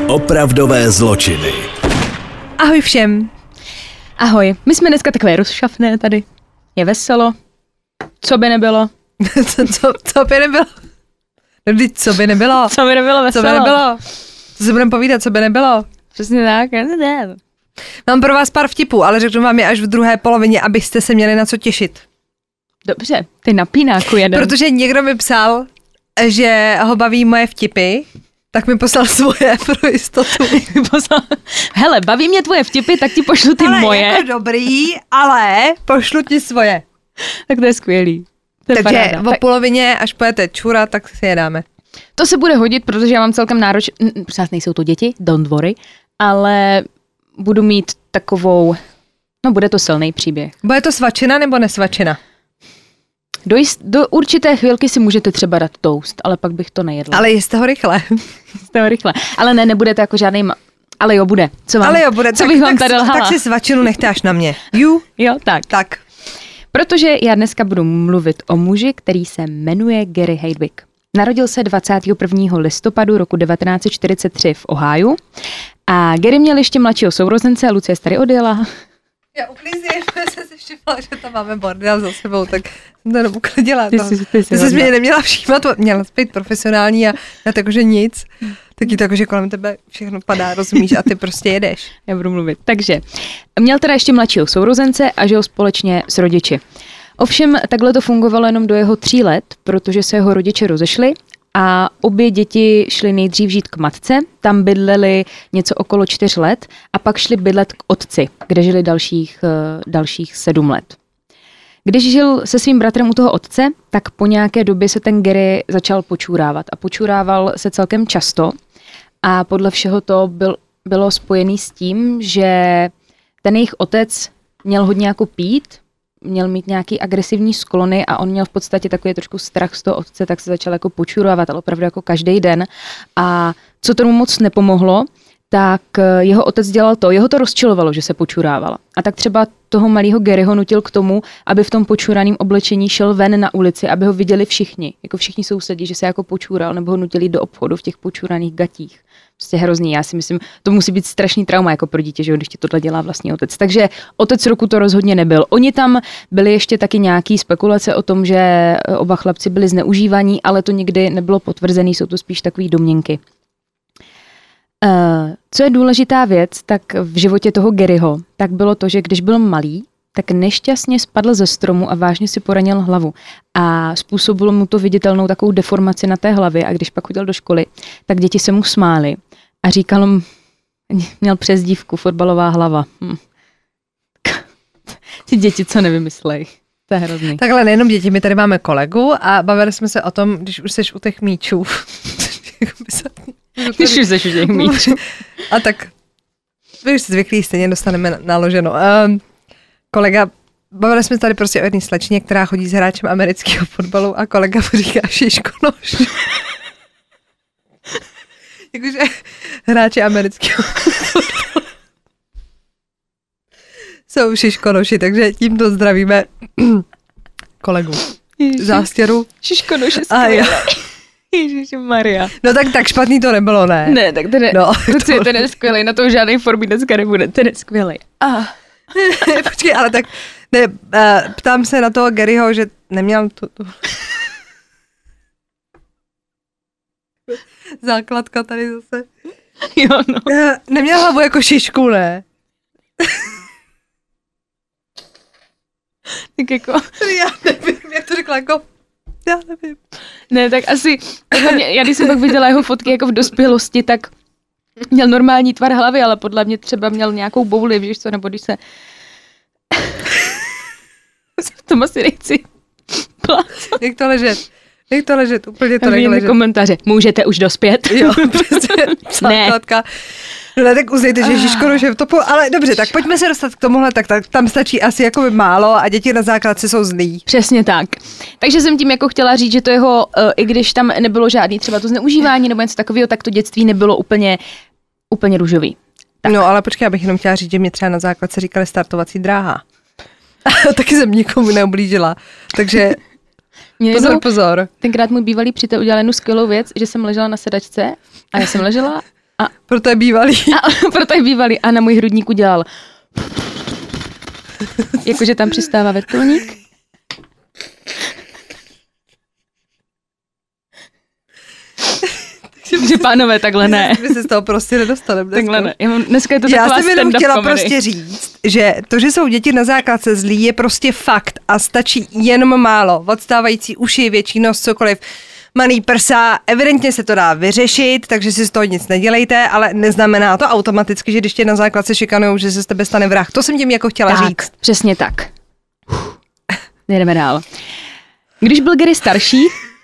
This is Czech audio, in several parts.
Opravdové zločiny. Ahoj všem. Ahoj, my jsme dneska takové rozšafné tady. Je veselo. Co by nebylo? Co by nebylo? No vždyť, co by nebylo? Co by nebylo veselo? Co by nebylo? Co se budeme povídat, co by nebylo? Přesně tak, ne. Mám pro vás pár vtipů, ale řeknu vám je až v druhé polovině, abyste se měli na co těšit. Dobře, ty napínáku jeden. Protože někdo mi psal, že ho baví moje vtipy, tak mi poslal svoje pro jistotu. Hele, baví mě tvoje vtipy, tak ti pošlu ty moje. Jako dobrý, ale pošlu ti svoje. Tak to je skvělý. Takže o polovině, až pojete čura, tak si je dáme. To se bude hodit, protože já mám celkem přesně nejsou to děti, don't worry, ale budu mít takovou, bude to silný příběh. Bude to svačina nebo nesvačina? Do určité chvilky si můžete třeba dát toast, ale pak bych to nejedla. Ale jste ho rychle. Ale nebude to jako žádný ale jo, bude. Co bych vám tady lhala? Tak si svačinu nechte až na mě. Jo, tak. Protože já dneska budu mluvit o muži, který se jmenuje Gary Heidwig. Narodil se 21. listopadu roku 1943 v Ohiu a Gary měl ještě mladšího sourozence, Lucie tady odjela. Já uklízím, jsem si všimla, že tam máme bordel za sebou, tak jsem to jenom uklidila. Ty jsi mě neměla všímat, měla být profesionální a já takže nic. Taky to, že kolem tebe všechno padá, rozumíš, a ty prostě jedeš. Já budu mluvit. Takže měl teda ještě mladšího sourozence a žil společně s rodiči. Ovšem takhle to fungovalo jenom do jeho 3 let, protože se jeho rodiče rozešli a obě děti šly nejdřív žít k matce, tam bydleli něco okolo 4 let a pak šli bydlet k otci, kde žili dalších 7 let. Když žil se svým bratrem u toho otce, tak po nějaké době se ten Gary začal počůrávat a počůrával se celkem často a podle všeho to bylo spojený s tím, že ten jejich otec měl hodně jako pít, měl mít nějaký agresivní sklony a on měl v podstatě takový trošku strach z toho otce, tak se začal jako počurávat, ale opravdu jako každý den. A co tomu moc nepomohlo, tak jeho otec dělal jeho to rozčilovalo, že se počurával. A tak třeba toho malého Garyho nutil k tomu, aby v tom počuraném oblečení šel ven na ulici, aby ho viděli všichni, jako všichni sousedí, že se jako počural, nebo ho nutili do obchodu v těch počuraných gatích. Prostě hrozný, já si myslím, to musí být strašný trauma jako pro dítě, že když ti tohle dělá vlastní otec. Takže otec roku to rozhodně nebyl. Oni tam byli ještě taky nějaký spekulace o tom, že oba chlapci byli zneužívaní, ale to nikdy nebylo potvrzené, jsou to spíš takový domněnky. Co je důležitá věc, tak v životě toho Garyho, tak bylo to, že když byl malý, tak nešťastně spadl ze stromu a vážně si poranil hlavu. A způsobilo mu to viditelnou takovou deformaci na té hlavě a když pak chodil do školy, tak děti se mu smály a říkal mu, měl přezdívku fotbalová hlava. Ty děti, co nevymyslej. To je hrozný. Takhle nejenom děti, my tady máme kolegu a bavili jsme se o tom, když už seš u těch míčů. Když už seš u těch míčů. A tak, vy už jste zvyklí, stejně dostaneme naloženo. Kolega, bavili jsme tady prostě o jedné slečně, která chodí s hráčem amerického fotbalu a kolega mu říká šiškonoš. Jakože hráči amerického fotbalu jsou šiškonoši, takže tímto zdravíme kolegu. Zástěru. Šiškonoš je skvělé. Ježišmarja. No tak špatný to nebylo, ne? Ne, tak ten je skvělej, na tom žádnej formě dneska nebude, ten je skvělej. Počkej, ale tak ne, ptám se na toho Garyho, že neměl tu základka tady zase. Jo, no. Neměl hlavu jako šišku, ne? Tak jako... Já nevím, jak to řekla, jako... Já nevím. Ne, tak asi... Já když jsem pak viděla jeho fotky jako v dospělosti, tak měl normální tvar hlavy, ale podle mě třeba měl nějakou bouli, víš co, nebo když se... v tom asi nechci plácat. Nech to ležet, úplně to nech ležet. Komentáře, můžete už dospět? Jo, přesně, základka. No tak uznejte, že šiškonoš je v topu, ale dobře, tak pojďme se dostat k tomuhle, tak tam stačí asi jakoby málo a děti na základce jsou zlí. Přesně tak. Takže jsem tím jako chtěla říct, že to jeho, i když tam nebylo žádný třeba to zneužívání nebo něco takového, tak to dětství nebylo úplně růžový. Tak. No ale počkej, abych jenom chtěla říct, že mě třeba na základce říkali startovací dráha. Taky jsem nikomu neublížila, takže... Pozor. Tenkrát můj bývalý přítel udělal jednu skvělou věc, že jsem ležela na sedačce a já jsem ležela Proto je bývalý. A na můj hrudníku dělal jakože tam přistává vrtulník. Takže pánové, takhle ne. My se z toho prostě nedostaneme. Takhle ne. Dneska je to taková já jsem jenom chtěla komedy. prostě říct, že to, že jsou děti na základce zlí, je prostě fakt a stačí jenom málo. Odstávající uši, větší nos, cokoliv. Malý prsa, evidentně se to dá vyřešit, takže si z toho nic nedělejte, ale neznamená to automaticky, že když tě na základce šikanujou, že se z tebe stane vrah. To jsem tím jako chtěla říct. Přesně tak. Jdeme dál. Když byl Gary starší,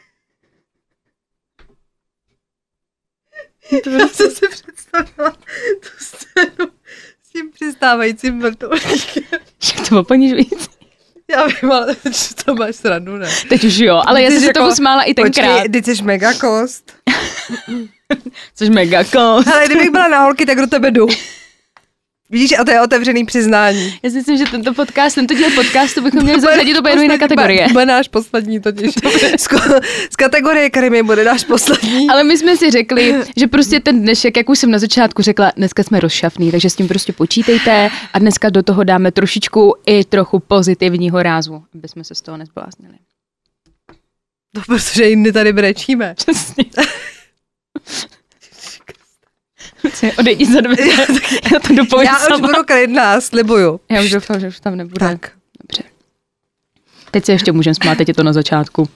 já jsem si představila tu scénu s tím přistávajícím vrtulníkem. Jak to ponižující? Já vím, ale to máš srandu, ne? Teď už jo, ale já jsem se tomu smála i tenkrát. Počkej, ty jsi mega kost. Což mega kost. Ale kdybych byla na holky, tak do tebe jdu. Vidíš, a to je otevřený přiznání. Já si myslím, že tento díl podcastu bychom měli zařadit do jiné kategorie. Bude náš poslední totiž. Z kategorie Karimy bude náš poslední. Ale my jsme si řekli, že prostě ten dnešek, jak už jsem na začátku řekla, dneska jsme rozšafný, takže s tím prostě počítejte a dneska do toho dáme trochu pozitivního rázu, aby jsme se z toho nezbláznili. No, protože jindy tady brečíme. Přesně. Odejdi za dveře. Já to dopovím sama. Já už budu klidná, slibuju. Já už doufám, že už tam nebude. Tak. Dobře. Teď se ještě můžeme smát, teď je to na začátku.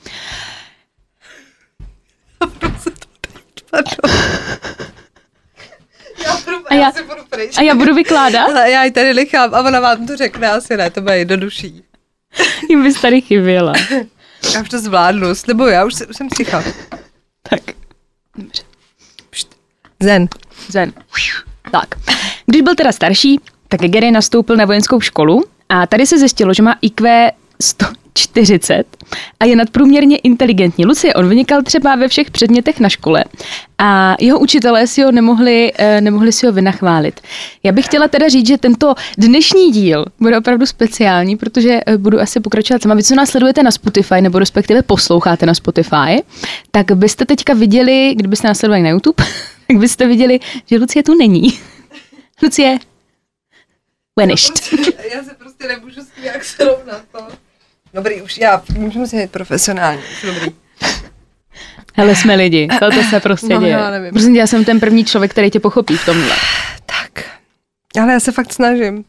A já budu vykládat? A já ji tady nechám a ona vám to řekne, asi ne, to bude jednodušší. Jim bys tady chyběla. Já už to zvládnu, slibuju, já už jsem ticha. Tak. Dobře. Zen. Tak. Když byl teda starší, tak Gary nastoupil na vojenskou školu a tady se zjistilo, že má IQ 140 a je nadprůměrně inteligentní. Lucie, on vynikal třeba ve všech předmětech na škole a jeho učitelé si ho nemohli si ho vynachválit. Já bych chtěla teda říct, že tento dnešní díl bude opravdu speciální, protože budu asi pokračovat sama. Vy, co nás sledujete na Spotify, nebo respektive posloucháte na Spotify, tak byste teďka viděli, kdybyste nás sledovali na YouTube, tak byste viděli, že Lucie tu není. Lucie, vanished. Já se prostě nemůžu s tím jak srovnat. Dobrý, už já můžu si jít profesionálně. Dobrý. Hele, jsme lidi, to se prostě děje. Já nevím. Prostě já jsem ten první člověk, který tě pochopí v tomhle. Tak, ale já se fakt snažím.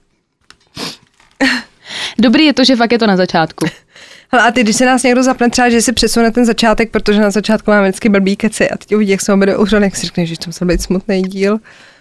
Dobrý je to, že fakt je to na začátku. Hele, a ty, když se nás někdo zapne třeba, že si přesune ten začátek, protože na začátku máme vždycky blbý keci a teď uvidí, jak se oběde uhřel, jak si řekneš, že to musel být smutný díl.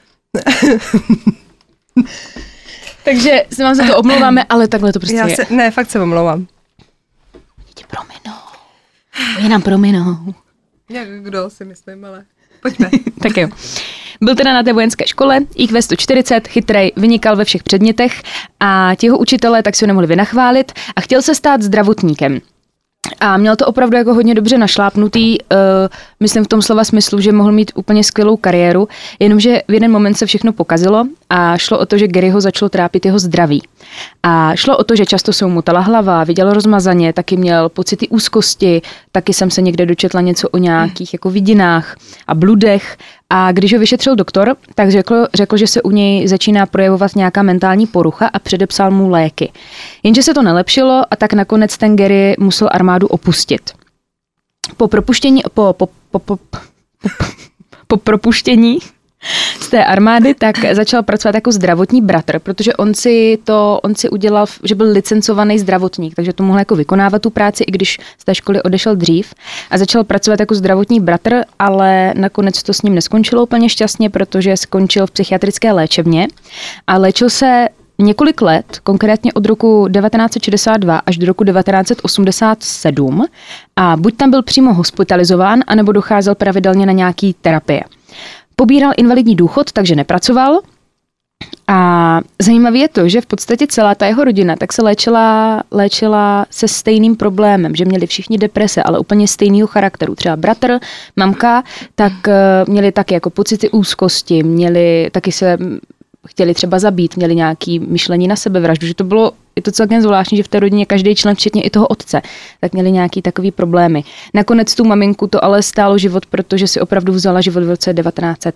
Takže se vám za to omlouváme, ale takhle to prostě je. Ne, fakt se omlouvám. Ti prominou. Oni nám prominou. Jak kdo si myslím, ale pojďme. Tak jo. Byl teda na té vojenské škole, IQ 140, chytrej, vynikal ve všech předmětech a jeho učitelé tak si ho nemohli vynachválit a chtěl se stát zdravotníkem. A měl to opravdu jako hodně dobře našlápnutý, myslím v tom slova smyslu, že mohl mít úplně skvělou kariéru, jenomže v jeden moment se všechno pokazilo a šlo o to, že Garyho začalo trápit jeho zdraví. A šlo o to, že často se mu motala hlava, viděl rozmazaně, taky měl pocity úzkosti, taky jsem se někde dočetla něco o nějakých jako vidinách a bludech. A když ho vyšetřil doktor, tak řekl, že se u něj začíná projevovat nějaká mentální porucha a předepsal mu léky. Jenže se to nelepšilo a tak nakonec ten Gary musel armádu opustit. Po propuštění z té armády, tak začal pracovat jako zdravotní bratr, protože on si udělal, že byl licencovaný zdravotník, takže to mohl jako vykonávat tu práci, i když z té školy odešel dřív a začal pracovat jako zdravotní bratr, ale nakonec to s ním neskončilo úplně šťastně, protože skončil v psychiatrické léčebně a léčil se několik let, konkrétně od roku 1962 až do roku 1987 a buď tam byl přímo hospitalizován, anebo docházel pravidelně na nějaký terapie. Pobíral invalidní důchod, takže nepracoval. A zajímavé je to, že v podstatě celá ta jeho rodina tak se léčila se stejným problémem, že měli všichni deprese, ale úplně stejného charakteru. Třeba bratr, mamka, tak měli taky jako pocity úzkosti, chtěli třeba zabít, měli nějaké myšlení na sebevraždu, že je to celkem zvláštní, že v té rodině každý člen, včetně i toho otce, tak měli nějaký takový problémy. Nakonec tu maminku to ale stálo život, protože si opravdu vzala život v roce 1970.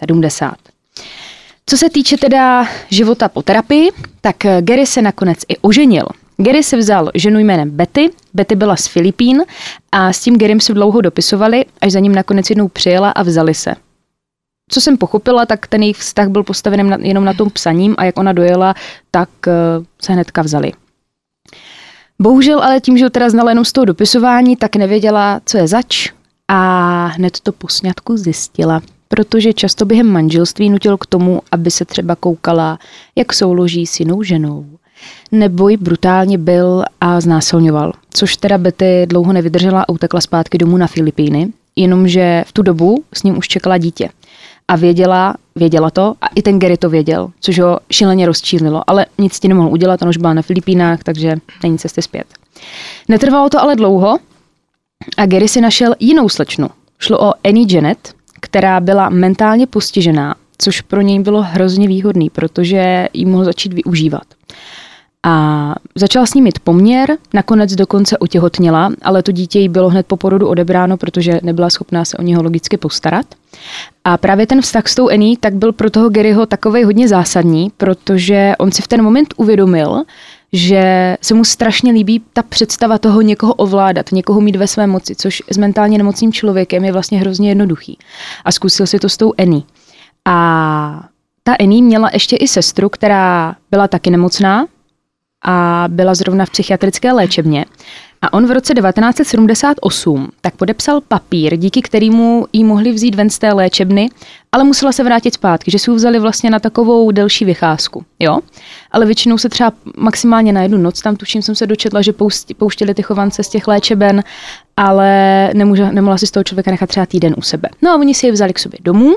70. Co se týče teda života po terapii, tak Gary se nakonec i oženil. Gary si vzal ženu jménem Betty. Betty byla z Filipín a s tím Garym se dlouho dopisovali, až za ním nakonec jednou přijela a vzali se. Co jsem pochopila, tak ten jejich vztah byl postaven jenom na tom psaním a jak ona dojela, tak se hnedka vzali. Bohužel ale tím, že ho teda znala jenom z toho dopisování, tak nevěděla, co je zač a hned to po sňatku zjistila, protože často během manželství nutil k tomu, aby se třeba koukala, jak souloží s jinou ženou. Nebo ji brutálně byl a znásilňoval, což teda Betty dlouho nevydržela a utekla zpátky domů na Filipíny, jenomže v tu dobu s ním už čekala dítě. A věděla to a i ten Gary to věděl, což ho šíleně rozčílilo, ale nic ti nemohl udělat, on už byla na Filipínách, takže není cesty zpět. Netrvalo to ale dlouho a Gary si našel jinou slečnu. Šlo o Annie Janet, která byla mentálně postižená, což pro něj bylo hrozně výhodný, protože ji mohl začít využívat. A začal s ní mít poměr, nakonec dokonce otěhotněla, ale to dítě jí bylo hned po porodu odebráno, protože nebyla schopná se o něho logicky postarat. A právě ten vztah s tou Annie tak byl pro toho Garyho takovej hodně zásadní, protože on si v ten moment uvědomil, že se mu strašně líbí ta představa toho někoho ovládat, někoho mít ve své moci, což s mentálně nemocným člověkem je vlastně hrozně jednoduchý. A zkusil si to s tou Annie. A ta Annie měla ještě i sestru, která byla taky nemocná a byla zrovna v psychiatrické léčebně. A on v roce 1978 tak podepsal papír, díky kterému jí mohli vzít ven z té léčebny, ale musela se vrátit zpátky, že si ji vzali vlastně na takovou delší vycházku. Jo? Ale většinou se třeba maximálně na jednu noc, tam tuším jsem se dočetla, že pouštěli ty chovance z těch léčeben, ale nemohla si z toho člověka nechat třeba týden u sebe. No a oni si ji vzali k sobě domů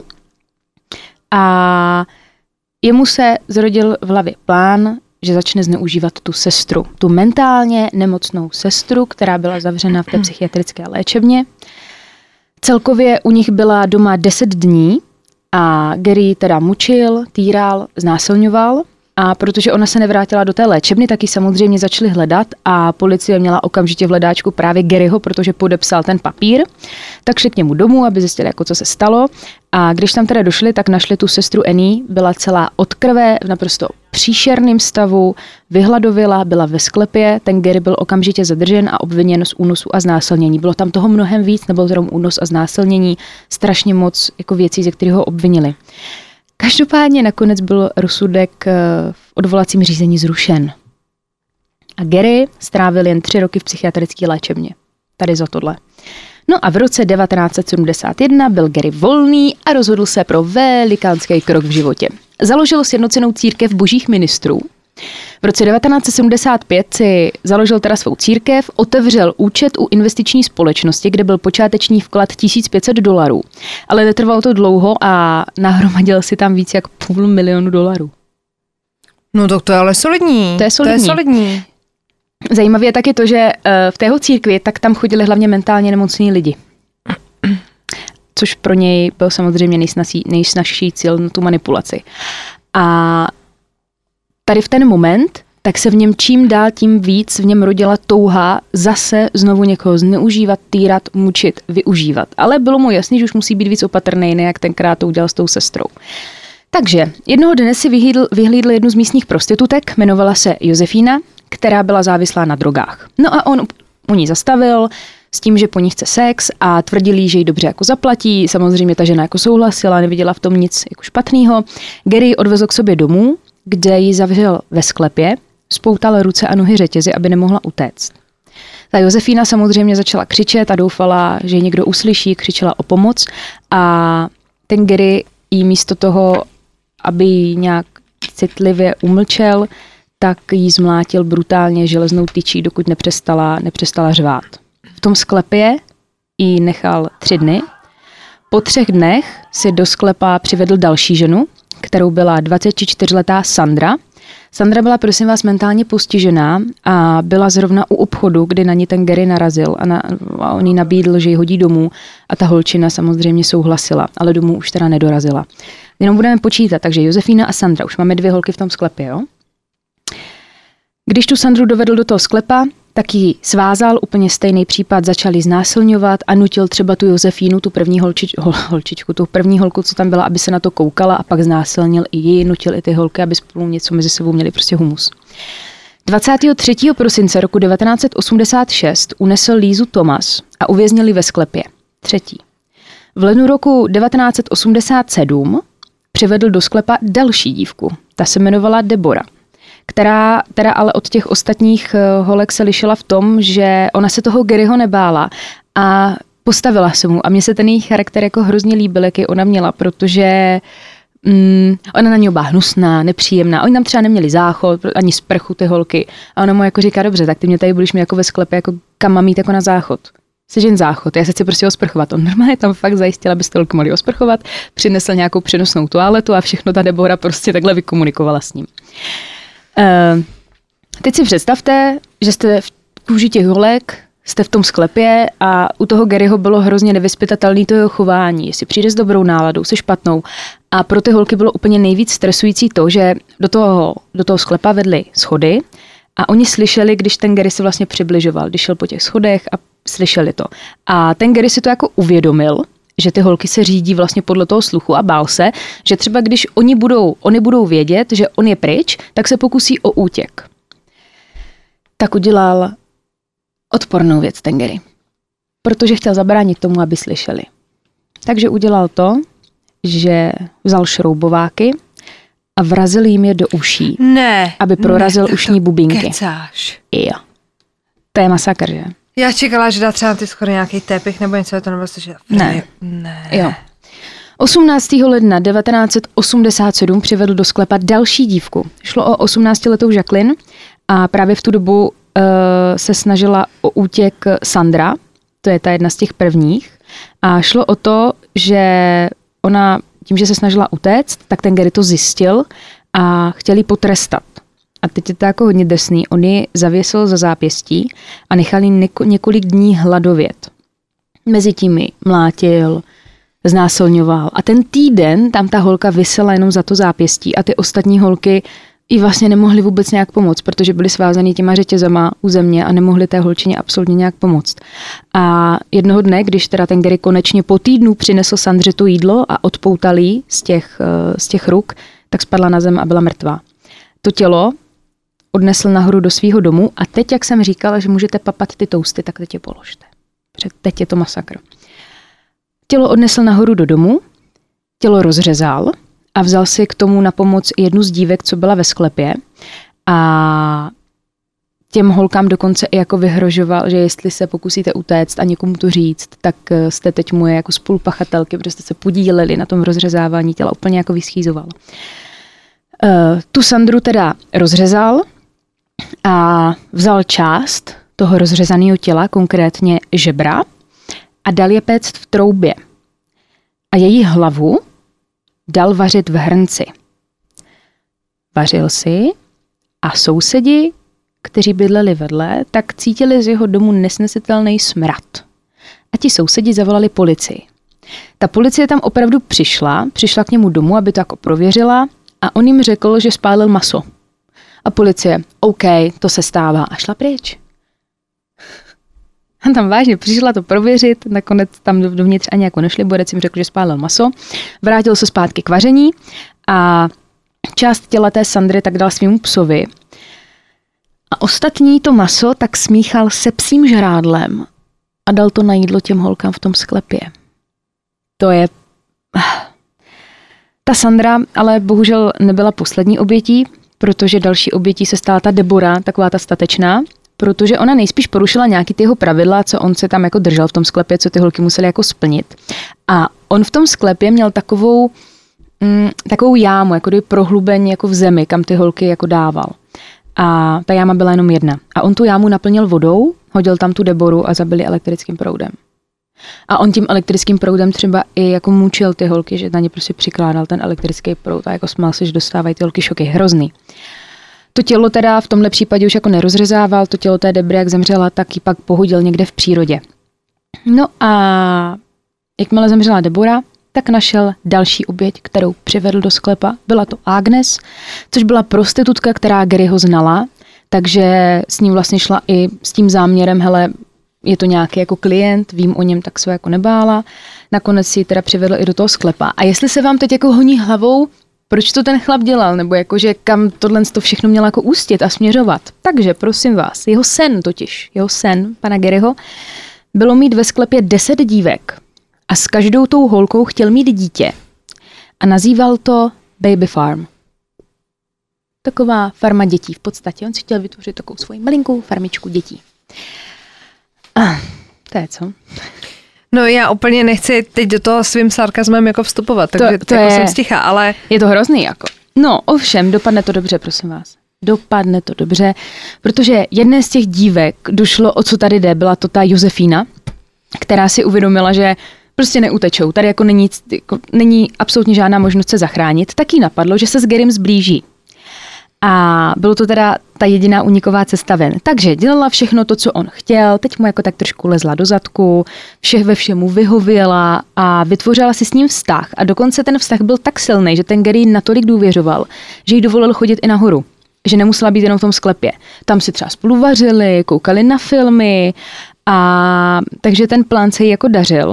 a jemu se zrodil v hlavě plán, že začne zneužívat tu sestru, tu mentálně nemocnou sestru, která byla zavřena v té psychiatrické léčebně. Celkově u nich byla doma 10 dní a Gary teda mučil, týral, znásilňoval a protože ona se nevrátila do té léčebny, tak ji samozřejmě začali hledat a policie měla okamžitě v hledáčku právě Garyho, protože podepsal ten papír, tak šli k němu domů, aby zjistili, jako co se stalo. A když tam teda došli, tak našli tu sestru Annie, byla celá od krve, v naprosto příšerném stavu, vyhladověla, byla ve sklepě, ten Gary byl okamžitě zadržen a obviněn z únosu a znásilnění. Bylo tam toho mnohem víc, nebyl jenom únos a znásilnění, strašně moc jako věcí, ze kterých ho obvinili. Každopádně nakonec byl rozsudek v odvolacím řízení zrušen. A Gary strávil jen 3 roky v psychiatrické léčebně. Tady za tohle. No a v roce 1971 byl Gary volný a rozhodl se pro velikánský krok v životě. Založil sjednocenou církev božích ministrů. V roce 1975 si založil teda svou církev, otevřel účet u investiční společnosti, kde byl počáteční vklad $1500, ale netrvalo to dlouho a nahromadil si tam víc jak $500 000. No tak to je ale solidní. To je solidní. Zajímavé je taky to, že v tého církvi tak tam chodili hlavně mentálně nemocní lidi. Což pro něj byl samozřejmě nejsnažší cíl na tu manipulaci. A tady v ten moment, tak se v něm čím dál tím víc v něm rodila touha zase znovu někoho zneužívat, týrat, mučit, využívat. Ale bylo mu jasný, že už musí být víc opatrný, ne jak tenkrát to udělal s tou sestrou. Takže jednoho dne si vyhlídl jednu z místních prostitutek, jmenovala se Josefína, která byla závislá na drogách. No a on u ní zastavil s tím, že po ní chce sex a tvrdil jí, že jí dobře jako zaplatí. Samozřejmě ta žena jako souhlasila, neviděla v tom nic jako špatného. Gary odvezl k sobě domů, kde ji zavřel ve sklepě, spoutal ruce a nohy řetězy, aby nemohla utéct. Ta Josefína samozřejmě začala křičet a doufala, že ji někdo uslyší, křičela o pomoc a ten Gary jí místo toho, aby ji nějak citlivě umlčel, tak jí zmlátil brutálně železnou tyčí, dokud nepřestala řvát. V tom sklepě ji nechal 3 dny. Po 3 dnech si do sklepa přivedl další ženu, kterou byla 24letá Sandra. Sandra byla, prosím vás, mentálně postižená a byla zrovna u obchodu, kdy na ní ten Gary narazil a on jí nabídl, že ji hodí domů a ta holčina samozřejmě souhlasila, ale domů už teda nedorazila. Jenom budeme počítat, takže Josefína a Sandra, už máme 2 holky v tom sklepě, jo? Když tu Sandru dovedl do toho sklepa, tak ji svázal, úplně stejný případ, začal ji znásilňovat a nutil třeba tu Josefínu, tu první holčičku, tu první holku, co tam byla, aby se na to koukala a pak znásilnil i ji, nutil i ty holky, aby spolu něco mezi sebou měli, prostě humus. 23. prosince roku 1986 unesl Lízu Thomas a uvěznili ve sklepě. 3. V lednu roku 1987 přivedl do sklepa další dívku. Ta se jmenovala Deborah, která teda ale od těch ostatních holek se lišila v tom, že ona se toho Garyho nebála a postavila se mu. A mně se ten její charakter jako hrozně líbil, jaký ona měla, protože ona na něj byla hnusná, nepříjemná. Oni tam třeba neměli záchod, ani sprchu ty holky. A ona mu jako říká, dobře, tak ty mě tady budeš mít jako ve sklepě, jako kam mám jít jako na záchod. Jsi jen záchod, já se chci prostě osprchovat. On normálně tam fakt zajistil, aby ty holky mohly osprchovat, přinesl nějakou přenosnou toaletu a všechno ta Deborah prostě takhle vykomunikovala s ním. Teď si představte, že jste v kůži těch holek, jste v tom sklepě a u toho Garyho bylo hrozně nevyzpytatelné to jeho chování, jestli přijde s dobrou náladou, se špatnou. A pro ty holky bylo úplně nejvíc stresující to, že do toho sklepa vedly schody a oni slyšeli, když ten Gary se vlastně přibližoval, když šel po těch schodech a slyšeli to. A ten Gary si to jako uvědomil, že ty holky se řídí vlastně podle toho sluchu a bál se, že třeba když oni budou vědět, že on je pryč, tak se pokusí o útěk. Tak udělal odpornou věc ten Gary, protože chtěl zabránit tomu, aby slyšeli. Takže udělal to, že vzal šroubováky a vrazil jim je do uší, aby prorazil ušní bubínky. Kecáš. Jo. To je masakr, že? Já čekala, že dá třeba na ty schody nějaký tepich nebo něco, to nebylo že... Ne. Jo. 18. ledna 1987 přivedl do sklepa další dívku. Šlo o 18letou Jacqueline a právě v tu dobu se snažila o útěk Sandra, to je ta jedna z těch prvních. A šlo o to, že ona tím, že se snažila utéct, tak ten Gary to zjistil a chtěl ji potrestat. A teď je to jako hodně drsný. On ji zavěsil za zápěstí a nechal ji několik dní hladovět. Mezitím ji mlátil, znásilňoval. A ten týden tam ta holka visela jenom za to zápěstí a ty ostatní holky jí vlastně nemohly vůbec nějak pomoct, protože byly svázaný těma řetězama u země a nemohly té holčině absolutně nějak pomoct. A jednoho dne, když teda ten Gary konečně po týdnu přinesl Sandře to jídlo a odpoutal jí z těch ruk, tak spadla na zem a byla mrtvá. To tělo odnesl nahoru do svého domu a teď, jak jsem říkala, že můžete papat ty tousty, tak teď je položte. Protože teď je to masakr. Tělo odnesl nahoru do domu, tělo rozřezal a vzal si k tomu na pomoc jednu z dívek, co byla ve sklepě a těm holkám dokonce i jako vyhrožoval, že jestli se pokusíte utéct a někomu to říct, tak jste teď moje jako spolupachatelky, protože jste se podíleli na tom rozřezávání těla, úplně jako vyschýzoval. Tu Sandru teda rozřezal a vzal část toho rozřezaného těla, konkrétně žebra, a dal je péct v troubě. A její hlavu dal vařit v hrnci. Vařil si a sousedi, kteří bydleli vedle, tak cítili z jeho domu nesnesitelný smrad. A ti sousedi zavolali policii. Ta policie tam opravdu přišla k němu domů, aby to jako prověřila a on jim řekl, že spálil maso. A policie, OK, to se stává a šla pryč. A tam vážně přišla to prověřit, nakonec tam dovnitř ani jako nešli, borec jim řekl, že spálil maso, vrátil se zpátky k vaření a část těla té Sandry tak dal svým psovi. A ostatní to maso tak smíchal se psím žrádlem a dal to na jídlo těm holkám v tom sklepě. To je... Ta Sandra ale bohužel nebyla poslední obětí, protože další obětí se stala ta Deborah, taková ta statečná, protože ona nejspíš porušila nějaký ty jeho pravidla, co on se tam jako držel v tom sklepě, co ty holky musely jako splnit. A on v tom sklepě měl takovou jámu, jako kdyby prohlubeň jako v zemi, kam ty holky jako dával. A ta jáma byla jenom jedna. A on tu jámu naplnil vodou, hodil tam tu Deboru a zabili elektrickým proudem. A on tím elektrickým proudem třeba i jako mučil ty holky, že na ně prostě přikládal ten elektrický proud a jako smál se, že dostávají ty holky šoky. Hrozný. To tělo teda v tomhle případě už jako nerozřezával, to tělo té Debry, jak zemřela, tak ji pak pohodil někde v přírodě. No a jakmile zemřela Deborah, tak našel další oběť, kterou přivedl do sklepa. Byla to Agnes, což byla prostitutka, která Garyho znala, takže s ním vlastně šla i s tím záměrem, hele, je to nějaký jako klient, vím o něm, tak se jako nebála. Nakonec si ji teda přivedl i do toho sklepa. A jestli se vám teď jako honí hlavou, proč to ten chlap dělal, nebo jakože kam tohle to všechno mělo jako ústit a směřovat. Takže prosím vás, jeho sen pana Garyho, bylo mít ve sklepě 10 dívek a s každou tou holkou chtěl mít dítě a nazýval to Baby Farm. Taková farma dětí v podstatě. On si chtěl vytvořit takovou svoji malinkou farmičku dětí. To je co? No já úplně nechci teď do toho svým sarkazmem jako vstupovat, takže to jako jsem sticha, ale... Je to hrozný jako. No ovšem, dopadne to dobře, prosím vás. Dopadne to dobře, protože jedné z těch dívek došlo, o co tady jde, byla to ta Josefína, která si uvědomila, že prostě neutečou, tady jako není absolutně žádná možnost se zachránit, tak jí napadlo, že se s Garym zblíží. A bylo to teda ta jediná úniková cesta ven. Takže dělala všechno to, co on chtěl, teď mu jako tak trošku lezla do zadku, ve všemu vyhověla a vytvořila si s ním vztah. A dokonce ten vztah byl tak silný, že ten Gary natolik důvěřoval, že jí dovolil chodit i nahoru. Že nemusela být jenom v tom sklepě. Tam si třeba spolu vařili, koukali na filmy a takže ten plán se jí jako dařil.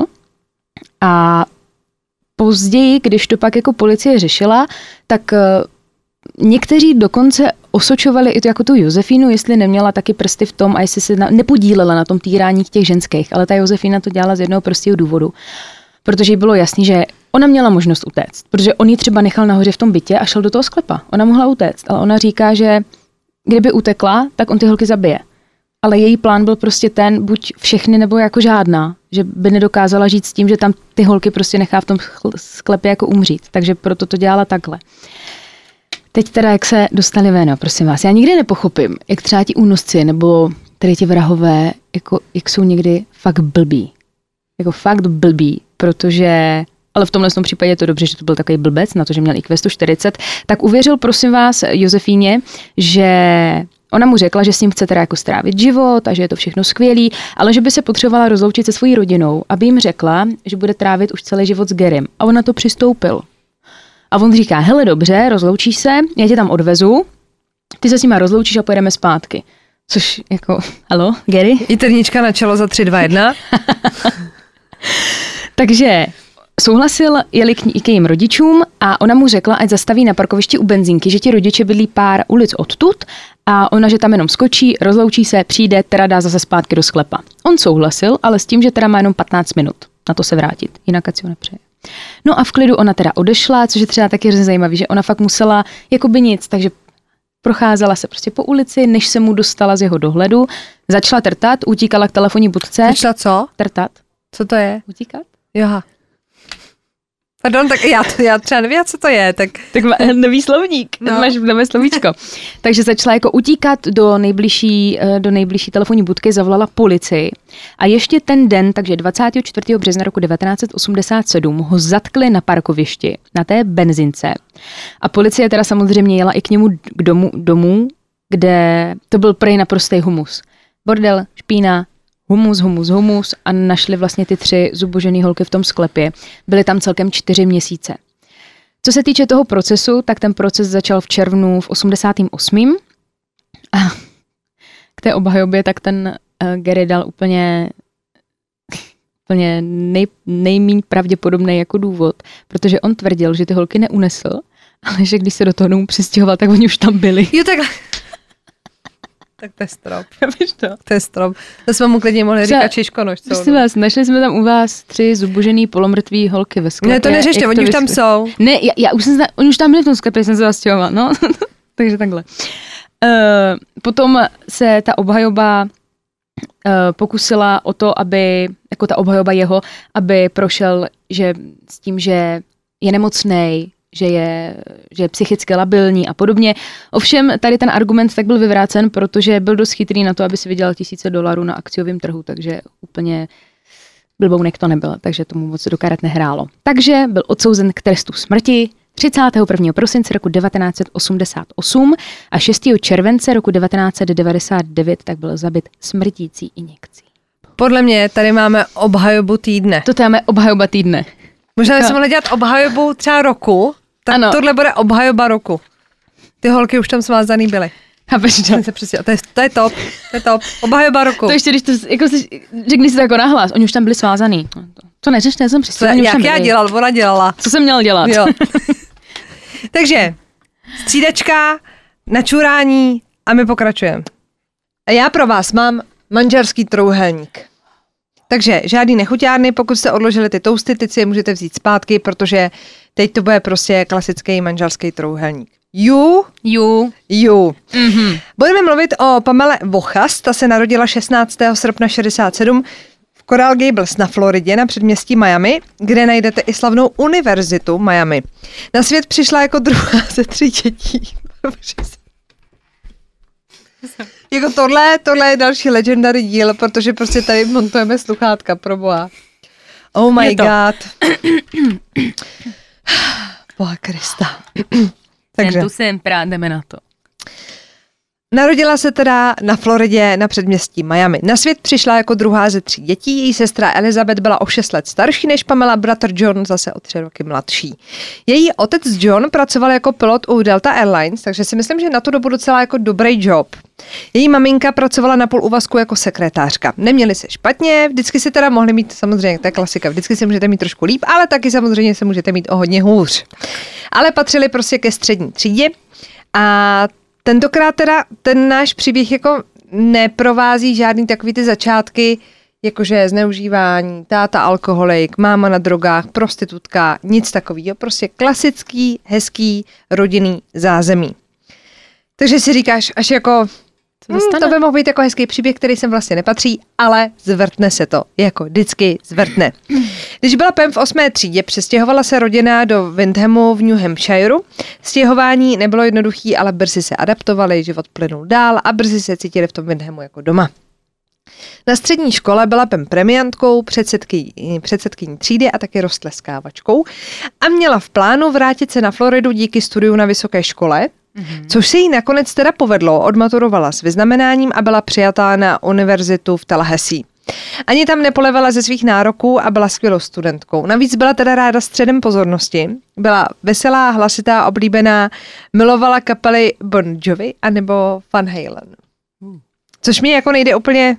A později, když to pak jako policie řešila, tak někteří dokonce osočovali i to jako tu Josefínu, jestli neměla taky prsty v tom a jestli se nepodílela na tom týrání těch ženských, ale ta Josefína to dělala z jednoho prostého důvodu. Protože jí bylo jasný, že ona měla možnost utéct, protože on ji třeba nechal nahoře v tom bytě a šel do toho sklepa. Ona mohla utéct, ale ona říká, že kdyby utekla, tak on ty holky zabije. Ale její plán byl prostě ten, buď všechny nebo jako žádná, že by nedokázala žít s tím, že tam ty holky prostě nechá v tom sklepě jako umřít. Takže proto to dělala takhle. Teď teda, jak se dostali ven, prosím vás, já nikdy nepochopím, jak třeba ti únosci nebo tady ti vrahové, jako, jak jsou někdy fakt blbí. Jako fakt blbí, protože, ale v tomhle případě je to dobře, že to byl takový blbec, na to, že měl IQ 140, tak uvěřil, prosím vás, Josefíně, že ona mu řekla, že s ním chce teda jako strávit život a že je to všechno skvělý, ale že by se potřebovala rozloučit se svojí rodinou, aby jim řekla, že bude trávit už celý život s Garym. A on na to přistoupil. A on říká, hele dobře, rozloučíš se, já tě tam odvezu, ty se s nima rozloučíš a pojedeme zpátky. Což jako, halo, Gary? Jiternička na čelo za 3, 2, 1. Takže souhlasil, jeli k jejím rodičům a ona mu řekla, ať zastaví na parkovišti u benzínky, že ti rodiče bydlí pár ulic odtud a ona, že tam jenom skočí, rozloučí se, přijde, teda dá zase zpátky do sklepa. On souhlasil, ale s tím, že teda má jenom 15 minut na to se vrátit, jinak ať si ho nepřeje. No a v klidu ona teda odešla, což je třeba taky hrozně zajímavý, že ona fakt musela jakoby nic, takže procházela se prostě po ulici, než se mu dostala z jeho dohledu, začala trtat, utíkala k telefonní budce. Začala co? Trtat. Co to je? Utíkat? Joha. Pardon, tak já třeba nevím, co to je. Tak nový slovník, no. Máš nové slovíčko. Takže začala jako utíkat do nejbližší telefonní budky, zavolala policii. A ještě ten den, takže 24. března roku 1987, ho zatkli na parkovišti, na té benzince. A policie teda samozřejmě jela i k němu k domů, kde to byl prej naprostý humus. Bordel, špína, humus a našli vlastně ty 3 zubožený holky v tom sklepě. Byly tam celkem 4 měsíce. Co se týče toho procesu, tak ten proces začal v červnu v 88. A k té obhajobě tak ten Gary dal úplně nejméně pravděpodobný jako důvod, protože on tvrdil, že ty holky neunesl, ale že když se do toho domu přistěhoval, tak oni už tam byli. Jo, takhle. Tak to je strop. To je strop. To jsme mu klidně mohli říkat Čiškonož. Prosím vás, našli jsme tam u vás 3 zubožený polomrtvý holky ve sklepě. Ne, to neřešte, oni už tam jsou. Ne, já už oni už tam byli v tom sklepě, jsem se zastěhovala, no. Takže takhle. Potom se ta obhajoba pokusila o to, aby, jako ta obhajoba jeho, aby prošel, že s tím, že je nemocnej, že je psychicky labilní a podobně. Ovšem tady ten argument tak byl vyvrácen, protože byl dost chytrý na to, aby si vydělal $1000 na akciovém trhu, takže úplně blbounek to nebyl, takže tomu moc do karet nehrálo. Takže byl odsouzen k trestu smrti 31. prosince roku 1988 a 6. července roku 1999 tak byl zabit smrtící injekcí. Podle mě tady máme obhajobu týdne. To máme obhajoba týdne. Možná bychom mohli dělat obhajobu třeba roku, tak ano. Tohle bude obhajoba roku. Ty holky už tam svázaný byly. To je top. Obhajoba roku. To ještě, když to, jako řekni si to jako nahlas, oni už tam byli svázaný. To neřešte, jsem přesvědčený. Jak já dělal, ona dělala. Co jsem měl dělat? Jo. Takže střídačka, načurání a my pokračujeme. A já pro vás mám manželský trouhelník. Takže žádný nechuťárny, pokud jste odložili ty toasty, teď si je můžete vzít zpátky, protože teď to bude prostě klasický manželský trouhelník. You. Mm-hmm. Budeme mluvit o Pamele Wochas, ta se narodila 16. srpna 67 v Coral Gables na Floridě na předměstí Miami, kde najdete i slavnou univerzitu Miami. Na svět přišla jako druhá ze 3 dětí. Jako tohle je další legendary díl, protože prostě tady montujeme sluchátka, proboha. Oh my god. Boha Krista. Takže. Jdeme na to. Narodila se teda na Floridě na předměstí Miami. Na svět přišla jako druhá ze 3 dětí. Její sestra Elizabeth byla o 6 let starší než Pamela, bratr John zase o 3 roky mladší. Její otec John pracoval jako pilot u Delta Airlines, takže si myslím, že na tu dobu docela jako dobrý job. Její maminka pracovala na půl úvazku jako sekretářka. Neměli se špatně, vždycky si teda mohli mít, samozřejmě, to je klasika, vždycky si můžete mít trošku líp, ale taky samozřejmě se můžete mít o hodně hůř. Ale patřili prostě ke střední třídě a tentokrát teda ten náš příběh jako neprovází žádný takový ty začátky, jakože zneužívání, táta alkoholik, máma na drogách, prostitutka, nic takového. Prostě klasický, hezký, rodinný zázemí. Takže si říkáš, až jako, to by mohl být jako hezký příběh, který sem vlastně nepatří, ale zvrtne se to, jako vždycky zvrtne. Když byla Pam v 8. třídě, přestěhovala se rodina do Windhamu v New Hampshireu. Stěhování nebylo jednoduché, ale brzy se adaptovali, život plynul dál a brzy se cítili v tom Windhamu jako doma. Na střední škole byla Pam premiantkou, předsedkyní třídy a taky roztleskávačkou a měla v plánu vrátit se na Floridu díky studiu na vysoké škole, což se jí nakonec teda povedlo, odmaturovala s vyznamenáním a byla přijatá na univerzitu v Tallahassee. Ani tam nepolevala ze svých nároků a byla skvělou studentkou. Navíc byla teda ráda středem pozornosti. Byla veselá, hlasitá, oblíbená, milovala kapely Bon Jovi anebo Van Halen. Což mi jako nejde úplně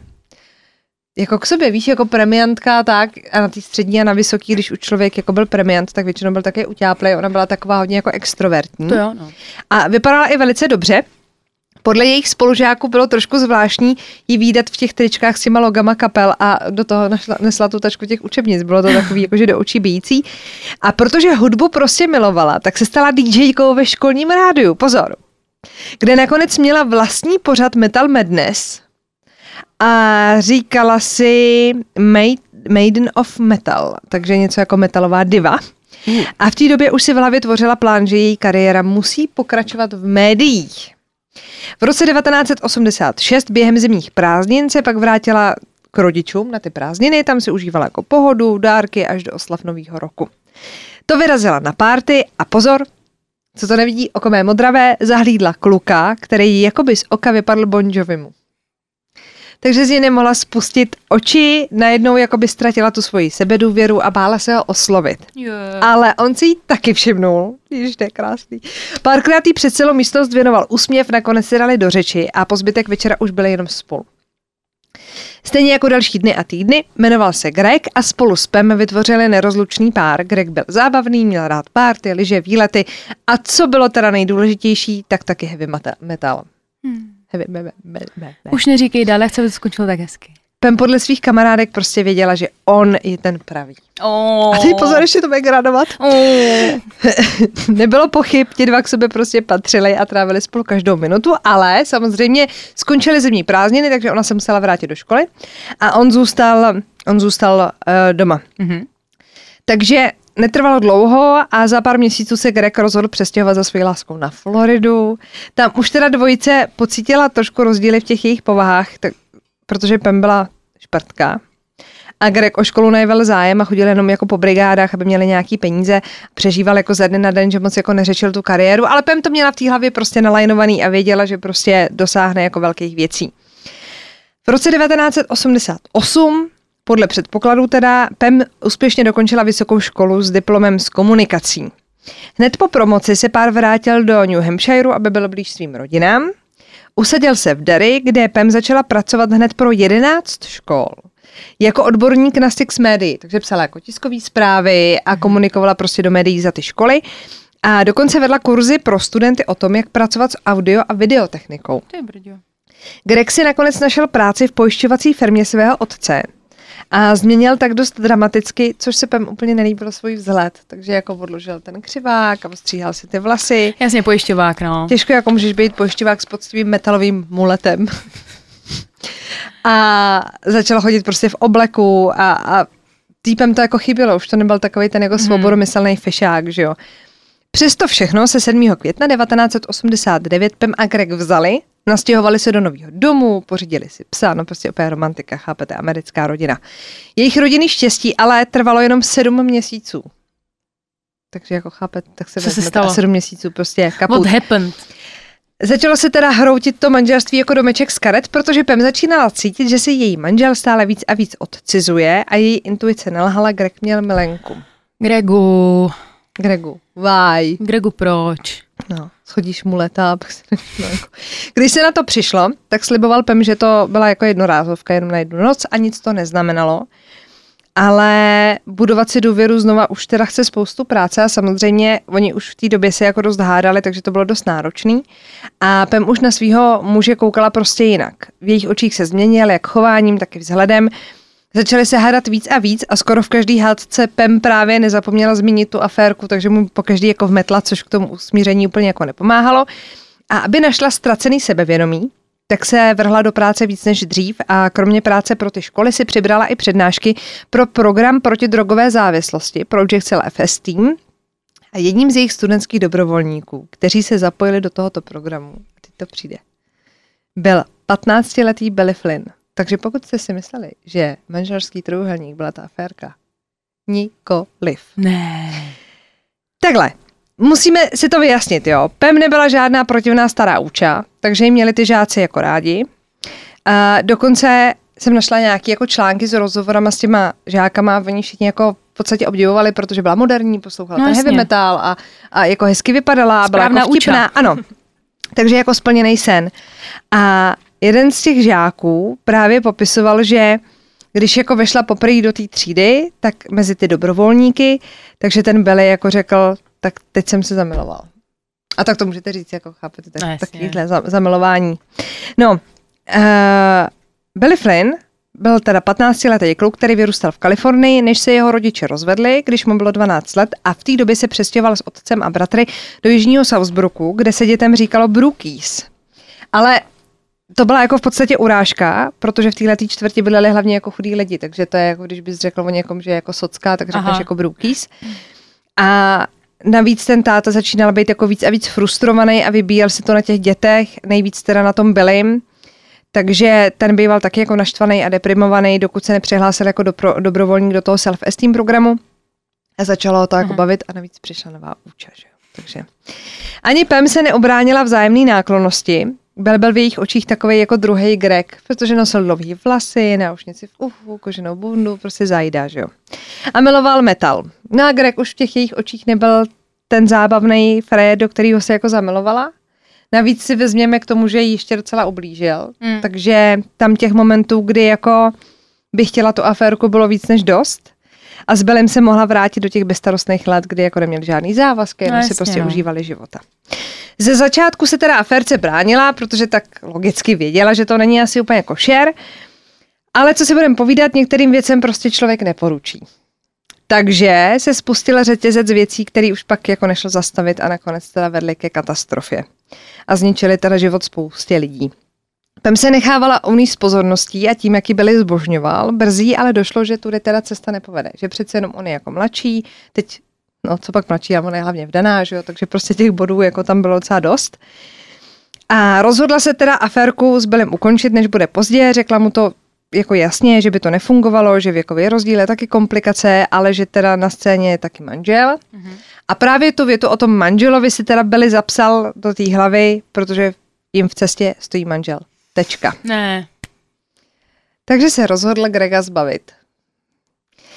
jako k sobě, víš, jako premiantka, tak a na té střední a na vysoký, když už člověk jako byl premiant, tak většinou byl taky utáplej, ona byla taková hodně jako extrovertní. To jo, no. A vypadala i velice dobře. Podle jejich spolužáků bylo trošku zvláštní jí vídat v těch tričkách s těma logama kapel a do toho nesla tu tačku těch učebnic. Bylo to takový jakože do očí bijící. A protože hudbu prostě milovala, tak se stala DJkou ve školním rádiu. Pozor. Kde nakonec měla vlastní pořad Metal Madness a říkala si Maiden of Metal, takže něco jako metalová diva. A v té době už si v hlavě tvořila plán, že její kariéra musí pokračovat v médiích. V roce 1986 během zimních prázdnin se pak vrátila k rodičům na ty prázdniny, tam si užívala jako pohodu, dárky až do oslav nového roku. To vyrazila na párty a pozor, co to nevidí oko mé modravé, zahlídla kluka, který jí jakoby z oka vypadl Bon Jovimu. Takže z něj nemohla spustit oči, najednou jakoby ztratila tu svoji sebedůvěru a bála se ho oslovit. Yeah. Ale on si jí taky všimnul, ježiš, to je krásný. Párkrát jí před celou místnost věnoval úsměv, nakonec se dali do řeči a po zbytek večera už byli jenom spolu. Stejně jako další dny a týdny, jmenoval se Greg a spolu s Pam vytvořili nerozlučný pár. Greg byl zábavný, měl rád párty, lyže, výlety a co bylo teda nejdůležitější, tak taky heavy metal. Už neříkej dál, jak se to skončilo tak hezky. Pam podle svých kamarádek prostě věděla, že on je ten pravý. A teď pozor, ještě to bude gradovat. Nebylo pochyb, ti dva k sobě prostě patřili a trávili spolu každou minutu, ale samozřejmě skončily zimní prázdniny, takže ona se musela vrátit do školy a on zůstal doma. Mm-hmm. Takže netrvalo dlouho a za pár měsíců se Greg rozhodl přestěhovat za svojí láskou na Floridu. Tam už teda dvojice pocítila trošku rozdíly v těch jejich povahách, protože Pam byla šprtka a Greg o školu nejvel zájem a chodil jenom jako po brigádách, aby měli nějaký peníze. Přežíval jako ze dne na den, že moc jako neřešil tu kariéru, ale Pam to měla v té hlavě prostě nalajnovaný a věděla, že prostě dosáhne jako velkých věcí. V roce 1988 podle předpokladů teda Pam úspěšně dokončila vysokou školu s diplomem z komunikací. Hned po promoci se pár vrátil do New Hampshireu, aby byl blíž svým rodinám. Usadil se v Derry, kde Pam začala pracovat hned pro 11 škol. Jako odborník na styk s médií, takže psala jako tiskové zprávy a komunikovala prostě do médií za ty školy. A dokonce vedla kurzy pro studenty o tom, jak pracovat s audio a videotechnikou. Greg si nakonec našel práci v pojišťovací firmě svého otce a změnil tak dost dramaticky, což se Pam úplně nelíbilo svůj vzhled. Takže jako odložil ten křivák a ostříhal si ty vlasy. Jasně, pojišťovák, no. Těžko jako můžeš být pojišťovák s poctivým metalovým muletem. A začal chodit prostě v obleku a týpem to jako chybělo. Už to nebyl takový ten jako svobodomyslný fešák, že jo. Přesto všechno se 7. května 1989 Pam a Greg vzali, nastěhovali se do nového domu, pořídili si psa, no prostě opět romantika, chápete, americká rodina. Jejich rodinný štěstí ale trvalo jenom 7 měsíců. Takže jako chápete, tak se vezmete a 7 měsíců prostě kaput. What happened? Začalo se teda hroutit to manželství jako domeček z karet, protože Pam začínala cítit, že si její manžel stále víc a víc odcizuje a její intuice nelhala, Greg měl milenku. Gregu, why? Gregu, proč? No, schodíš mu leta. Když se na to přišlo, tak sliboval Pam, že to byla jako jednorázovka, jenom na jednu noc a nic to neznamenalo. Ale budovat si důvěru znova už teda chce spoustu práce a samozřejmě oni už v té době se jako dost hádali, takže to bylo dost náročný. A Pam už na svého muže koukala prostě jinak. V jejich očích se změnil jak chováním, tak i vzhledem. Začali se hádat víc a víc a skoro v každý hádce Pam právě nezapomněla zmínit tu aférku, takže mu pokaždý jako vmetla, což k tomu usmíření úplně jako nepomáhalo. A aby našla ztracený sebevědomí, tak se vrhla do práce víc než dřív a kromě práce pro ty školy si přibrala i přednášky pro program proti drogové závislosti Project LFS Team a jedním z jejich studentských dobrovolníků, kteří se zapojili do tohoto programu, teď to přijde, byl 15letý Billy Flynn. Takže pokud jste si mysleli, že manželský trojúhelník byla ta aférka, nikoliv. Ne. Takhle. Musíme si to vyjasnit, jo. Pam nebyla žádná protivná stará úča, takže ji měli ty žáci jako rádi. A dokonce jsem našla nějaký jako články s rozhovorama s těma žákama, oni všichni jako v podstatě obdivovali, protože byla moderní, poslouchala ten heavy metal a jako hezky vypadala, byla jako vtipná. Ano, takže jako splněný sen. A jeden z těch žáků právě popisoval, že když jako vešla poprvé do té třídy, tak mezi ty dobrovolníky, takže ten Billy jako řekl, tak teď jsem se zamiloval. A tak to můžete říct, jako chápete, takovýhle zamilování. No, Billy Flynn byl teda 15letý kluk, který vyrůstal v Kalifornii, než se jeho rodiče rozvedli, když mu bylo 12 let a v té době se přestěhoval s otcem a bratry do jižního Southbrooku, kde se dětem říkalo Brookies. Ale to byla jako v podstatě urážka, protože v této čtvrti bydleli hlavně jako chudí lidi, takže to je jako když bys řekl o někom, že je jako socka, tak řekneš jako Brookies. A navíc ten táta začínal být jako víc a víc frustrovaný a vybíjel si to na těch dětech, nejvíc teda na tom Billym. Takže ten býval taky jako naštvaný a deprimovaný, dokud se nepřihlásil jako dobrovolník do toho self-esteem programu. A začalo to jako bavit a navíc přišla nová úča. Že? Takže ani Pam se neobránila vzájemné náklonnosti. Byl v jejich očích takový jako druhý Greg, protože nosil dlouhý vlasy, náušnici v uchu, koženou bundu, prostě zajídá, že jo. A miloval metal. No a Greg už v těch jejich očích nebyl ten zábavný Fred, do kterého se jako zamilovala. Navíc si vezměme k tomu, že jí ještě docela ublížil. Takže tam těch momentů, kdy jako by chtěla tu aférku, bylo víc než dost. A s Billym se mohla vrátit do těch bezstarostných let, kdy jako neměli žádný závazky, jenom si prostě užívali života. Ze začátku se teda aférce bránila, protože tak logicky věděla, že to není asi úplně košer, ale co si budeme povídat, některým věcem prostě člověk neporučí. Takže se spustila řetězec věcí, který už pak jako nešlo zastavit a nakonec teda vedly ke katastrofě. A zničili teda život spoustě lidí. Pam se nechávala unést s pozorností a tím, jaký Billy zbožňoval, brzy ale došlo, že tudy teda cesta nepovede. Že přece jenom on je jako mladší, teď, no co pak mladší, a on je hlavně vdaná, že jo, takže prostě těch bodů jako tam bylo docela dost. A rozhodla se teda aférku s Billym ukončit, než bude pozdě, řekla mu to jako jasně, že by to nefungovalo, že věkový rozdíl je taky komplikace, ale že teda na scéně je taky manžel. A právě tu větu o tom manželovi si teda Billy zapsal do té hlavy, protože jim v cestě stojí manžel. Tečka. Ne. Takže se rozhodl Grega zbavit.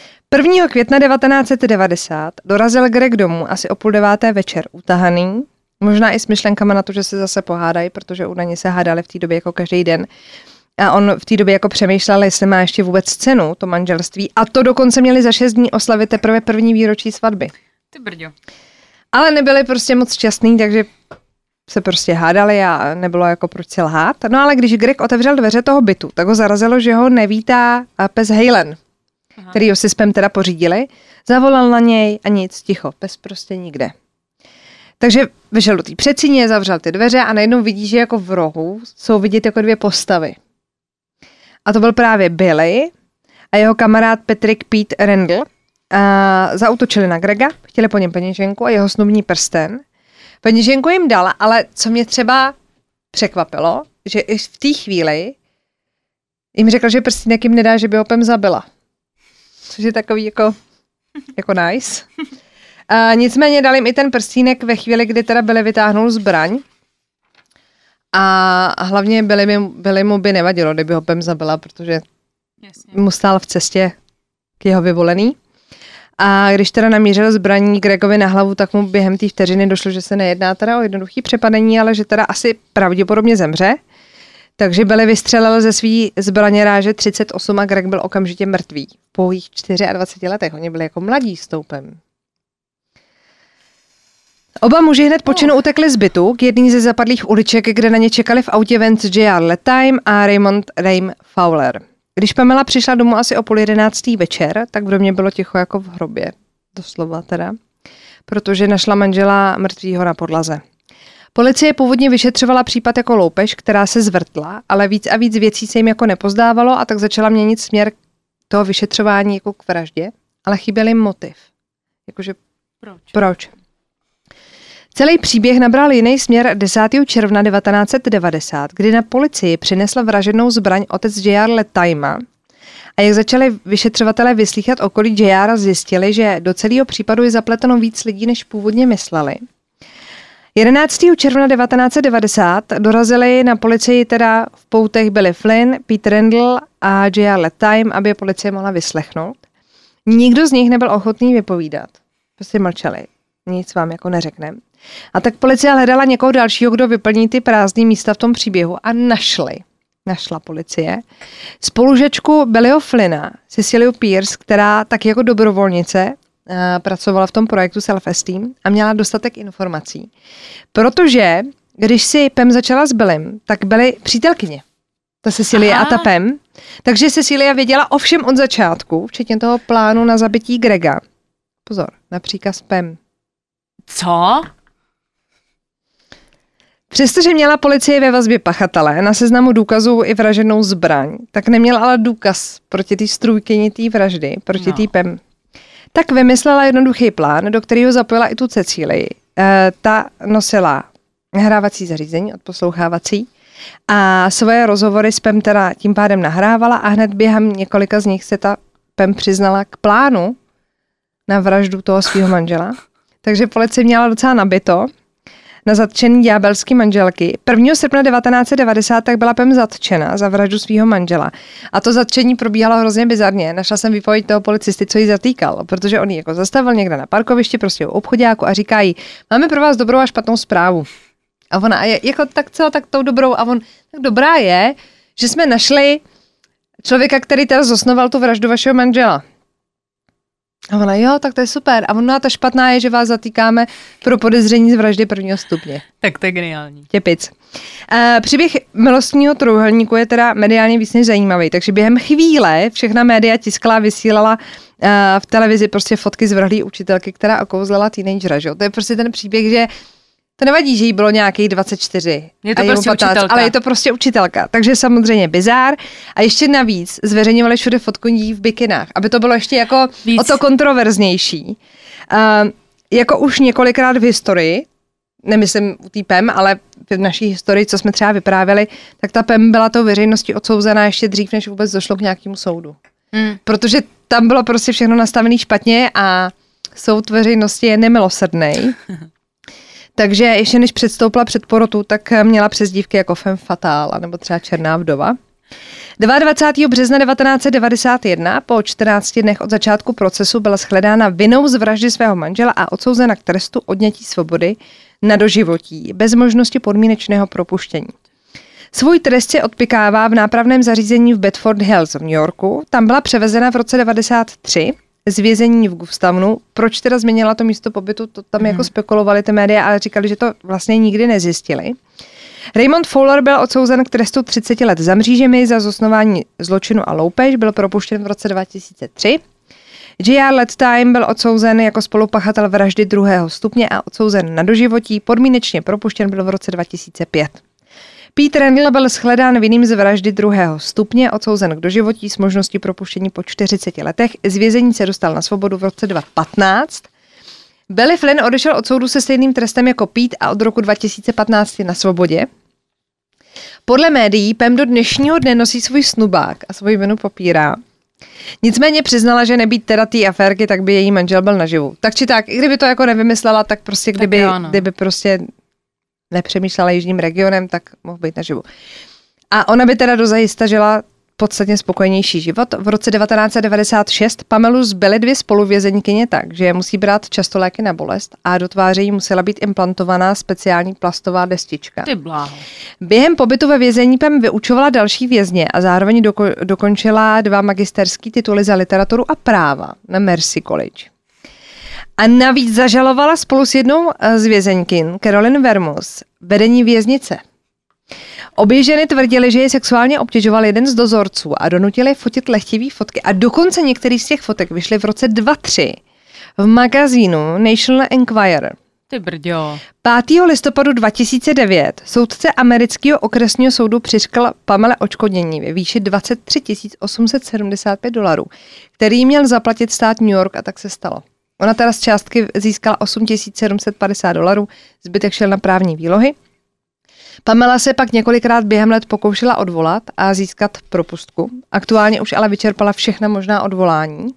1. května 1990 dorazil Greg domů asi o 8:30 večer utahaný Možná i s myšlenkama na to, že se zase pohádají, protože údajně se hádali v té době jako každý den. A on v té době jako přemýšlel, jestli má ještě vůbec cenu, to manželství. A to dokonce měli za 6 dní oslavit teprve první výročí svatby. Ty brďo. Ale nebyli prostě moc šťastný, takže se prostě hádali a nebylo jako proč si lhát. No ale když Greg otevřel dveře toho bytu, tak ho zarazilo, že ho nevítá pes Halen, který ho si s Pam teda pořídili. Zavolal na něj a nic, ticho, pes prostě nikde. Takže vyšel do té předsíně, zavřel ty dveře a najednou vidí, že jako v rohu jsou vidět jako 2 postavy. A to byl právě Billy a jeho kamarád Patrick Pete Randall. Zaútočili na Grega, chtěli po něm peněženku a jeho snubní prsten. Peněženku jim dala, ale co mě třeba překvapilo, že i v té chvíli jim řekl, že prstínek jim nedá, že by ho Pam zabila. Což je takový jako nice. Nicméně dal jim i ten prstínek ve chvíli, kdy teda Billy vytáhnul zbraň. A hlavně Billy mu by nevadilo, kdyby ho Pam zabila, protože mu stál v cestě k jeho vyvolený. A když teda namířil zbraní Gregovi na hlavu, tak mu během té vteřiny došlo, že se nejedná teda o jednoduchý přepadení, ale že teda asi pravděpodobně zemře. Takže Billy vystřelil ze svý zbraně ráže 38 a Greg byl okamžitě mrtvý. V pouhých 24 letech, oni byli jako mladí s Toupem. Oba muži hned po činu utekli z bytu k jedný ze zapadlých uliček, kde na ně čekali v autě Vance J.R. Letime a Raymond Raym Fowler. Když Pamela přišla domů asi o 10:30 večer, tak v domě bylo ticho jako v hrobě. Doslova teda. Protože našla manžela mrtvýho na podlaze. Policie původně vyšetřovala případ jako loupež, která se zvrtla, ale víc a víc věcí se jim jako nepozdávalo a tak začala měnit směr toho vyšetřování jako k vraždě, ale chyběl jim motiv. Jakože proč? Celý příběh nabral jiný směr 10. června 1990, kdy na policii přinesl vražednou zbraň otec J.R. Letima. A jak začali vyšetřovatelé vyslýchat okolí J.R. zjistili, že do celého případu je zapleteno víc lidí, než původně mysleli. 11. června 1990 dorazili na policii teda v poutech Billy Flynn, Pete Randall a J.R. Letime, aby je policie mohla vyslechnout. Nikdo z nich nebyl ochotný vypovídat. Prostě mlčeli. Nic vám jako neřekneme. A tak policie hledala někoho dalšího, kdo vyplní ty prázdné místa v tom příběhu a našla policie spolužačku Billyho Flynna, Ceciliu Pierce, která tak jako dobrovolnice pracovala v tom projektu Self-Esteem a měla dostatek informací. Protože když si Pam začala s Billym, tak byly přítelkyně. Ta Cecilie a ta Pam. Takže Cecilia věděla o všem od začátku, včetně toho plánu na zabití Grega. Pozor, na příkaz Pam. Co? Přestože měla policie ve vazbě pachatele na seznamu důkazů i vražednou zbraň, tak neměla ale důkaz proti té strůjkyni té vraždy, proti té Pam. Tak vymyslela jednoduchý plán, do kterého zapojila i tu Cecílii. Ta nosila nahrávací zařízení, odposlouchávací, a svoje rozhovory s Pam teda tím pádem nahrávala a hned během několika z nich se ta Pam přiznala k plánu na vraždu toho svého manžela. Takže policie měla docela nabito na zatčení ďábelský manželky. 1. srpna 1990 tak byla Pam zatčena za vraždu svého manžela. A to zatčení probíhalo hrozně bizarně. Našla jsem výpověď toho policisty, co jí zatýkal, protože on ji jako zastavil někde na parkovišti, prostě u obchoďáku a říká jí, máme pro vás dobrou a špatnou zprávu. A ona je jako tak tou dobrou a on, tak dobrá je, že jsme našli člověka, který teda zosnoval tu vraždu vašeho manžela. A ona, jo, tak to je super. A ona, ta špatná je, že vás zatýkáme pro podezření z vraždy 1. stupně. Tak to je geniální. Těpic. Příběh milostního trojúhelníku je teda mediálně víc než zajímavý, takže během chvíle všechna média tiskla, vysílala v televizi prostě fotky zvrhlý učitelky, která okouzlala teenagera, že? To je prostě ten příběh, že to nevadí, že jí bylo nějakých 24. Je to prostě 15, učitelka. Ale je to prostě učitelka. Takže samozřejmě bizár. A ještě navíc zveřejňovali všude fotku jí v bikinách, aby to bylo ještě jako víc. O to kontroverznější. Jako už několikrát v historii, nemyslím u té Pam, ale v naší historii, co jsme třeba vyprávěli, tak ta Pam byla tou veřejností odsouzená ještě dřív, než vůbec došlo k nějakému soudu. Protože tam bylo prostě všechno nastavené špatně a soud veřejnosti je nemilosrdnej. Takže ještě než předstoupila před porotu, tak měla přezdívky jako femme fatale, nebo třeba černá vdova. 22. března 1991 po 14 dnech od začátku procesu byla shledána vinnou z vraždy svého manžela a odsouzena k trestu odnětí svobody na doživotí bez možnosti podmínečného propuštění. Svůj trest si odpykává v nápravném zařízení v Bedford Hills v New Yorku. Tam byla převezena v roce 1993 z vězení v Gustavnu. Proč teda změnila to místo pobytu, to tam jako spekulovali ty média, ale říkali, že to vlastně nikdy nezjistili. Raymond Fowler byl odsouzen k trestu 30 let za mřížemi za zosnování zločinu a loupež, byl propuštěn v roce 2003. J.R. Letime byl odsouzen jako spolupachatel vraždy 2. stupně a odsouzen na doživotí, podmínečně propuštěn byl v roce 2005. Pete Randall byl shledán vinným z vraždy 2. stupně, odsouzen k doživotí s možností propuštění po 40 letech. Z vězení se dostal na svobodu v roce 2015. Billy Flynn odešel od soudu se stejným trestem jako Pete a od roku 2015 je na svobodě. Podle médií Pam do dnešního dne nosí svůj snubák a svoji vinu popírá. Nicméně přiznala, že nebýt teda té aférky, tak by její manžel byl naživu. Tak či tak, i kdyby to jako nevymyslela, tak prostě kdyby prostě nepřemýšlela jižním regionem, tak mohl být naživu. A ona by teda dozajista žila podstatně spokojenější život. V roce 1996 Pamelu zbyly 2 spoluvězeňkyně tak, že musí brát často léky na bolest a do tváře jí musela být implantovaná speciální plastová destička. Ty bláho. Během pobytu ve vězení Pam vyučovala další vězně a zároveň dokončila 2 magisterský tituly za literaturu a práva na Mercy College. A navíc zažalovala spolu s jednou z vězeňkin, Carolyn Vermus, vedení věznice. Obě ženy tvrdily, že je sexuálně obtěžoval jeden z dozorců a donutili fotit lehtivé fotky. A dokonce některý z těch fotek vyšly v roce 2003 v magazínu National Enquirer. Ty brďo. 5. listopadu 2009 soudce amerického okresního soudu přiřkl Pamele odškodnění ve výši $23 875, který měl zaplatit stát New York a tak se stalo. Ona teda z částky získala $8 750, zbytek šel na právní výlohy. Pamela se pak několikrát během let pokoušela odvolat a získat propustku. Aktuálně už ale vyčerpala všechna možná odvolání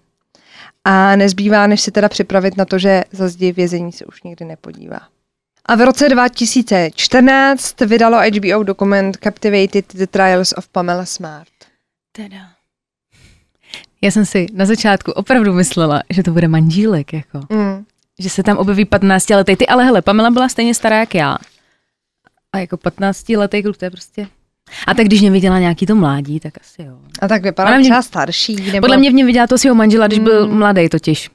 a nezbývá, než si teda připravit na to, že za zdi vězení se už nikdy nepodívá. A v roce 2014 vydalo HBO dokument Captivated: The Trials of Pamela Smart. Teda. Já jsem si na začátku opravdu myslela, že to bude manžílek, jako. Že se tam objeví 15letý. Ty, ale hele, Pamela byla stejně stará jak já. A jako 15letý kluk, to je prostě... A tak když mě viděla nějaký to mládí, tak asi jo. A tak vypadá třeba starší. Nebo... Podle mě v něm viděla toho svého manžela, když byl mladý totiž.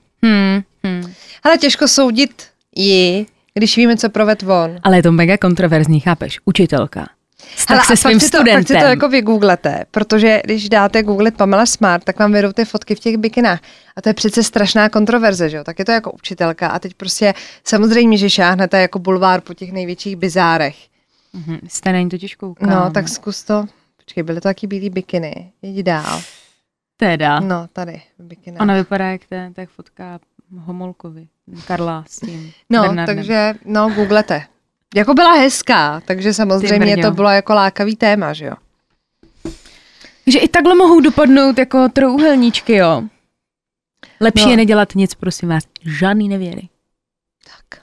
Ale těžko soudit ji, když víme, co proved on. Ale je to mega kontroverzní, chápeš? Učitelka. Tak se svým studentem. Fakt si to jako vygooglete, protože když dáte googlit Pamela Smart, tak vám vyjdou ty fotky v těch bikinách. A to je přece strašná kontroverze, že jo? Tak je to jako učitelka a teď prostě samozřejmě, že šáhnete jako bulvár po těch největších bizárech. Jste na ní totiž koukám. No, tak zkus to. Počkej, byly to taky bílý bikiny. Jeď dál. Teda. No, tady v bikinách. Ona vypadá jak tak fotka Homolkovi. Karla s tím No, Bernardem. takže, googlete. Jako byla hezká, takže samozřejmě to bylo jako lákavý téma, že jo? Že i takhle mohou dopadnout jako trouhelníčky, jo? Lepší je nedělat nic, prosím vás. Žádný nevěry. Tak.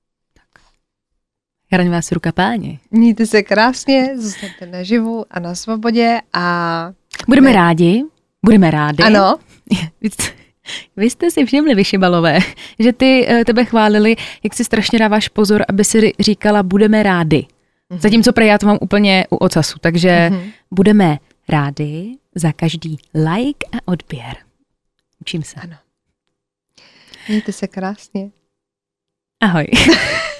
Chraň vás ruka Páně. Mějte se krásně, zůstaňte naživu a na svobodě a... Budeme rádi. Ano. Vy jste si všimli, vyšibalové, že tebe chválili, jak si strašně dáváš pozor, aby si říkala budeme rádi. Zatímco prej já to mám úplně u ocasu, takže budeme rádi za každý like a odběr. Učím se. Ano. Mějte se krásně. Ahoj.